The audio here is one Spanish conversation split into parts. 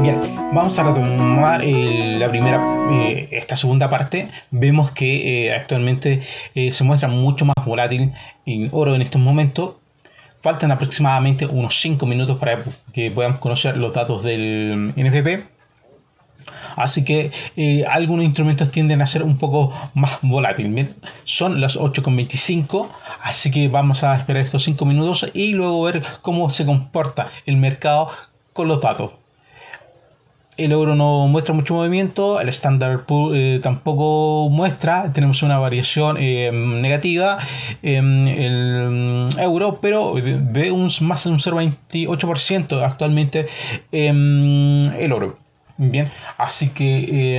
Bien, vamos a retomar esta segunda parte. Vemos que actualmente se muestra mucho más volátil el oro en estos momentos. Faltan aproximadamente unos 5 minutos para que podamos conocer los datos del NFP. Así que algunos instrumentos tienden a ser un poco más volátiles. Bien, son las 8:25, así que vamos a esperar estos 5 minutos y luego ver cómo se comporta el mercado con los datos. El euro no muestra mucho movimiento, el Standard Poor's tampoco muestra, tenemos una variación negativa en el euro, pero de más de un 0,28% actualmente el oro. Bien, así que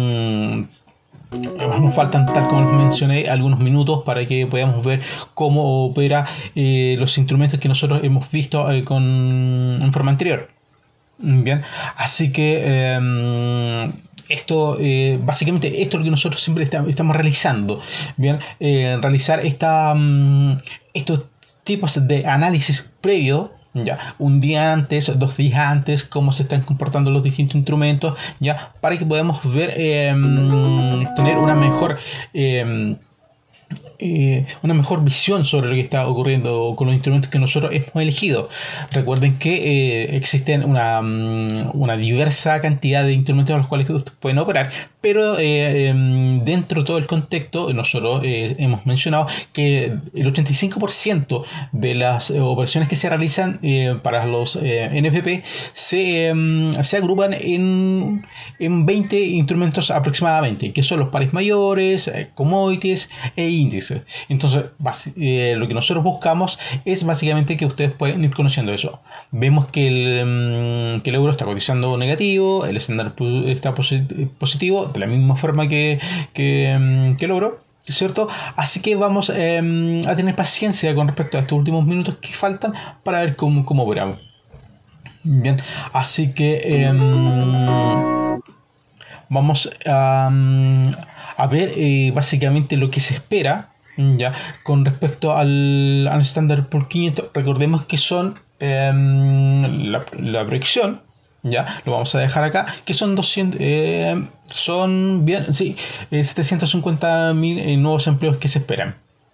nos faltan, tal como les mencioné, algunos minutos para que podamos ver cómo opera los instrumentos que nosotros hemos visto en forma anterior. Bien, así que básicamente esto es lo que nosotros siempre estamos realizando. Bien, realizar estos tipos de análisis previo. Ya, un día antes, 2 días antes, cómo se están comportando los distintos instrumentos, ya, para que podamos ver, tener una mejor visión sobre lo que está ocurriendo con los instrumentos que nosotros hemos elegido. Recuerden que existen una diversa cantidad de instrumentos a los cuales ustedes pueden operar, pero dentro de todo el contexto nosotros hemos mencionado que el 85% de las operaciones que se realizan para los NFP se agrupan en 20 instrumentos aproximadamente, que son los pares mayores, commodities e índices. Entonces, lo que nosotros buscamos es básicamente que ustedes puedan ir conociendo eso. Vemos que el euro está cotizando negativo, el Standard está positivo, de la misma forma que el euro. ¿Cierto? Así que vamos a tener paciencia con respecto a estos últimos minutos que faltan para ver cómo operamos. Bien, así que vamos a ver básicamente lo que se espera ya con respecto al Standard Poor's 500. Recordemos que son la proyección, ya lo vamos a dejar acá, que son 200, son bien, sí, 750.000 nuevos empleos que se esperan.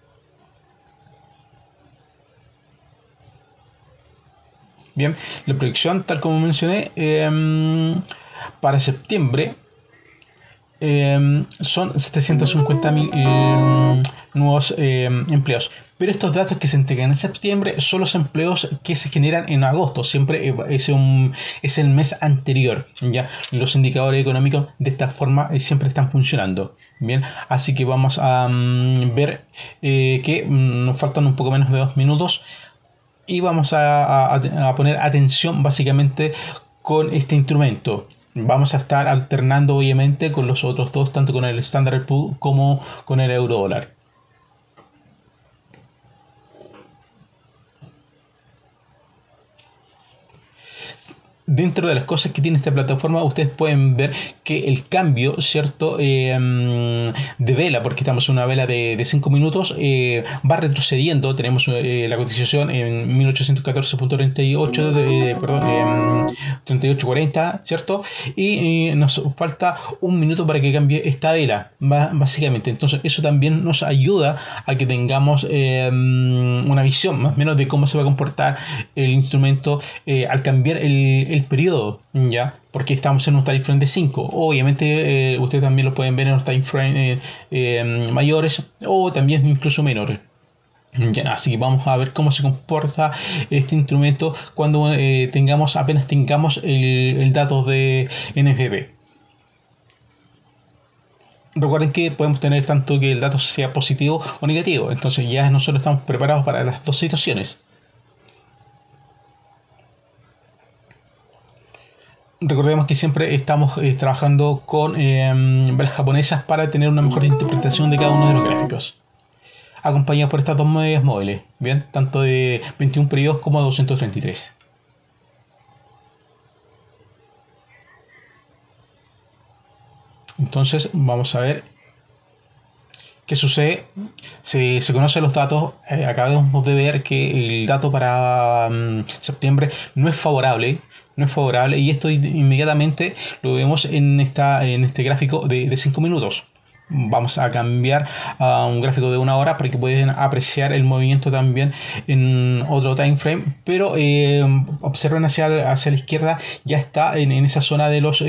Bien, la proyección, tal como mencioné, para septiembre son 750.000 nuevos empleos. Pero estos datos que se entregan en septiembre son los empleos que se generan en agosto. Siempre es el mes anterior. ¿Ya? Los indicadores económicos de esta forma siempre están funcionando. Bien, así que vamos a ver que nos faltan un poco menos de 2 minutos. Y vamos a poner atención básicamente con este instrumento. Vamos a estar alternando obviamente con los otros dos, tanto con el Standard Poor's como con el euro dólar. Dentro de las cosas que tiene esta plataforma, ustedes pueden ver que el cambio, ¿cierto? De vela, porque estamos en una vela de 5 minutos, va retrocediendo. Tenemos la cotización en 1814.38, perdón, 38.40, ¿cierto? Y nos falta un minuto para que cambie esta vela, básicamente. Entonces, eso también nos ayuda a que tengamos una visión más o menos de cómo se va a comportar el instrumento al cambiar el periodo, ¿ya? Porque estamos en un time frame de 5. Obviamente, ustedes también lo pueden ver en los time frame mayores o también incluso menores. Ya, así que vamos a ver cómo se comporta este instrumento cuando apenas tengamos el dato de NFP. Recuerden que podemos tener tanto que el dato sea positivo o negativo, entonces ya nosotros estamos preparados para las dos situaciones. Recordemos que siempre estamos trabajando con velas japonesas para tener una mejor interpretación de cada uno de los gráficos. Acompañados por estas dos medias móviles, bien, tanto de 21 periodos como de 233. Entonces vamos a ver ¿Qué sucede? Se conocen los datos. Acabamos de ver que el dato para septiembre no es favorable. No es favorable. Y esto inmediatamente lo vemos en este gráfico de 5 minutos. Vamos a cambiar a un gráfico de 1 hora para que puedan apreciar el movimiento también en otro time frame. Pero observen hacia la izquierda, ya está en esa zona de los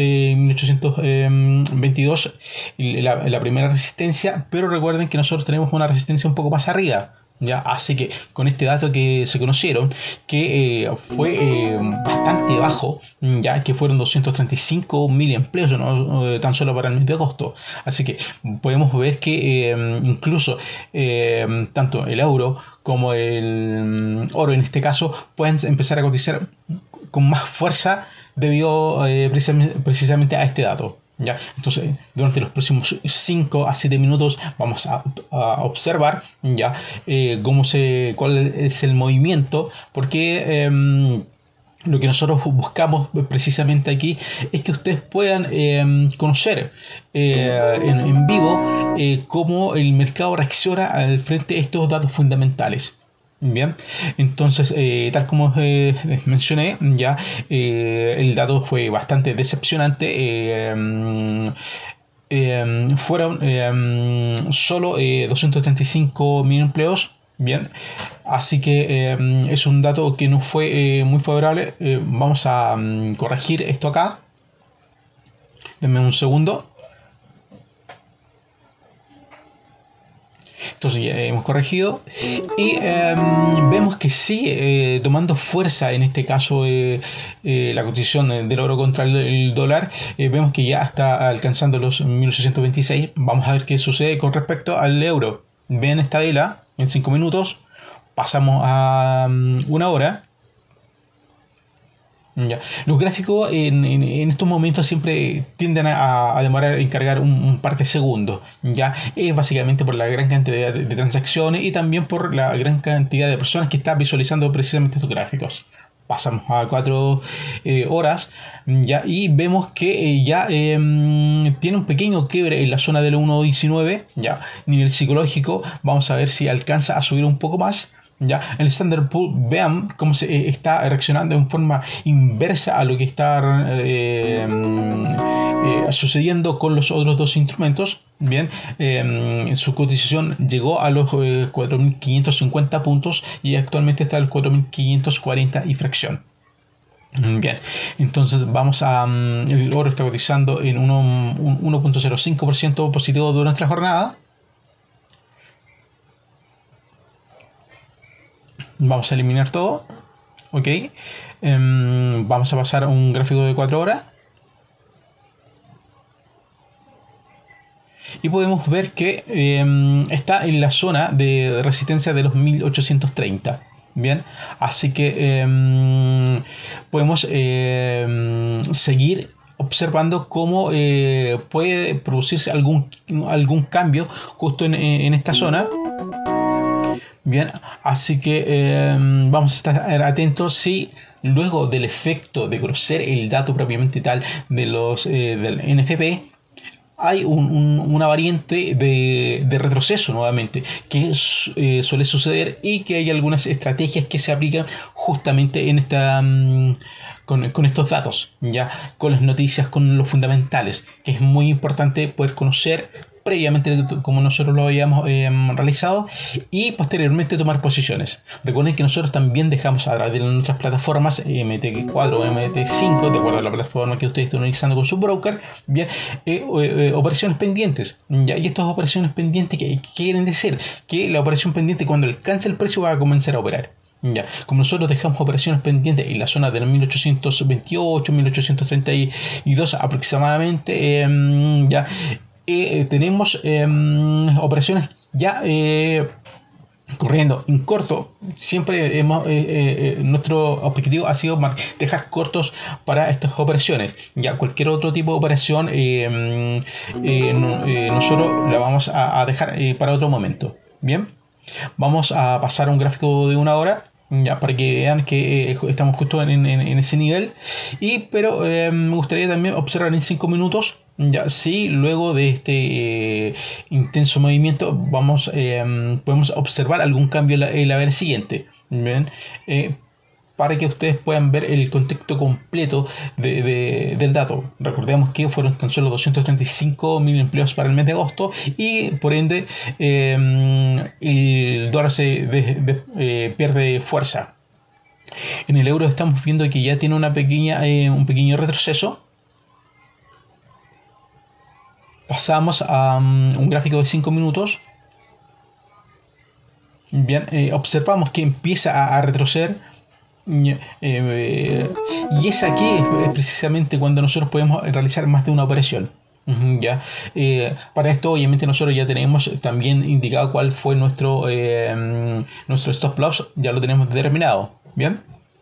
1822 la primera resistencia. Pero recuerden que nosotros tenemos una resistencia un poco más arriba. ¿Ya? Así que con este dato que se conocieron, que fue bastante bajo, ya que fueron 235.000 empleos, no tan solo para el mes de agosto. Así que podemos ver que incluso tanto el euro como el oro en este caso pueden empezar a cotizar con más fuerza debido precisamente a este dato. ¿Ya? Entonces, durante los próximos 5 a 7 minutos vamos a observar ya cuál es el movimiento, porque lo que nosotros buscamos precisamente aquí es que ustedes puedan conocer en vivo cómo el mercado reacciona al frente de estos datos fundamentales. Bien, entonces tal como les mencioné ya, el dato fue bastante decepcionante. Fueron solo 235.000 empleos. Bien, así que es un dato que no fue muy favorable. Vamos a corregir esto acá. Denme un segundo. Entonces ya hemos corregido y vemos que sigue tomando fuerza en este caso la cotización del oro contra el dólar. Vemos que ya está alcanzando los 1826. Vamos a ver qué sucede con respecto al euro. Ven esta vela en 5 minutos. Pasamos a 1 hora. Ya. Los gráficos en estos momentos siempre tienden a demorar en cargar un par de segundos. Ya es básicamente por la gran cantidad de transacciones y también por la gran cantidad de personas que están visualizando precisamente estos gráficos. Pasamos a 4 horas ya, y vemos que tiene un pequeño quiebre en la zona del 1.19, ya nivel psicológico. Vamos a ver si alcanza a subir un poco más. Ya, el Standard Poor's, vean cómo se está reaccionando en forma inversa a lo que está sucediendo con los otros dos instrumentos. Bien, su cotización llegó a los 4.550 puntos y actualmente está al 4.540 y fracción. Bien, entonces vamos a el oro está cotizando en 1.05% positivo durante la jornada. Vamos a eliminar todo. Ok. Vamos a pasar a un gráfico de 4 horas. Y podemos ver que está en la zona de resistencia de los 1830. Bien. Así que podemos seguir observando cómo puede producirse algún cambio justo en esta zona. Bien, así que vamos a estar atentos si luego del efecto de conocer el dato propiamente tal de los del NFP hay una variante de retroceso nuevamente que suele suceder, y que hay algunas estrategias que se aplican justamente en esta con estos datos, ya con las noticias, con los fundamentales, que es muy importante poder conocer previamente como nosotros lo habíamos realizado, y posteriormente tomar posiciones. Recuerden que nosotros también dejamos a través de nuestras plataformas MT4 o MT5, de acuerdo a la plataforma que ustedes estén utilizando con su broker, bien, operaciones pendientes. ¿Ya? Y estas operaciones pendientes, ¿qué quieren decir? Que la operación pendiente, cuando alcance el precio, va a comenzar a operar. Ya, como nosotros dejamos operaciones pendientes en la zona de los 1828, 1832 aproximadamente, ya tenemos operaciones ya corriendo en corto. Siempre nuestro objetivo ha sido dejar cortos para estas operaciones. Ya cualquier otro tipo de operación nosotros la vamos a dejar para otro momento. Bien, vamos a pasar a un gráfico de 1 hora, ya para que vean que estamos justo en ese nivel. Pero me gustaría también observar en 5 minutos Ya, sí, luego de este intenso movimiento podemos observar algún cambio en la vela siguiente. Bien. Eh, para que ustedes puedan ver el contexto completo del dato. Recordemos que fueron tan solo 235.000 empleos para el mes de agosto y por ende el dólar pierde fuerza. En el euro estamos viendo que ya tiene un pequeño retroceso. Pasamos a un gráfico de 5 minutos. Bien, observamos que empieza a retroceder. Y es aquí precisamente cuando nosotros podemos realizar más de una operación. Ya. Para esto obviamente nosotros ya tenemos también indicado cuál fue nuestro stop loss, ya lo tenemos determinado. Bien.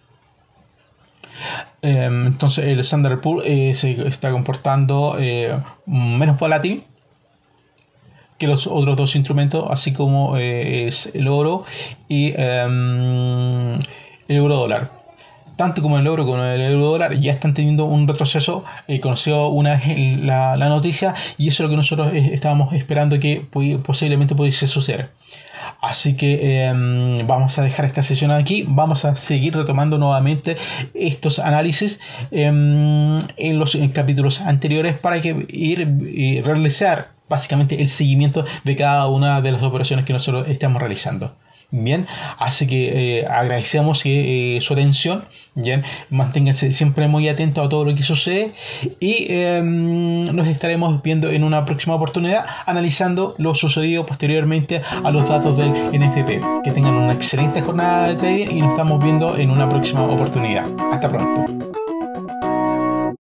Entonces el Standard Pool se está comportando menos volátil que los otros dos instrumentos, así como es el oro y el euro dólar. Tanto como el euro como el euro dólar ya están teniendo un retroceso. Conoció una vez la noticia y eso es lo que nosotros estábamos esperando que posiblemente pudiese suceder. Así que vamos a dejar esta sesión aquí. Vamos a seguir retomando nuevamente estos análisis en los capítulos anteriores para que realizar básicamente el seguimiento de cada una de las operaciones que nosotros estamos realizando. Bien, así que agradecemos su atención. Bien, manténganse siempre muy atentos a todo lo que sucede y nos estaremos viendo en una próxima oportunidad analizando lo sucedido posteriormente a los datos del NFP. Que tengan una excelente jornada de trading y nos estamos viendo en una próxima oportunidad. Hasta pronto.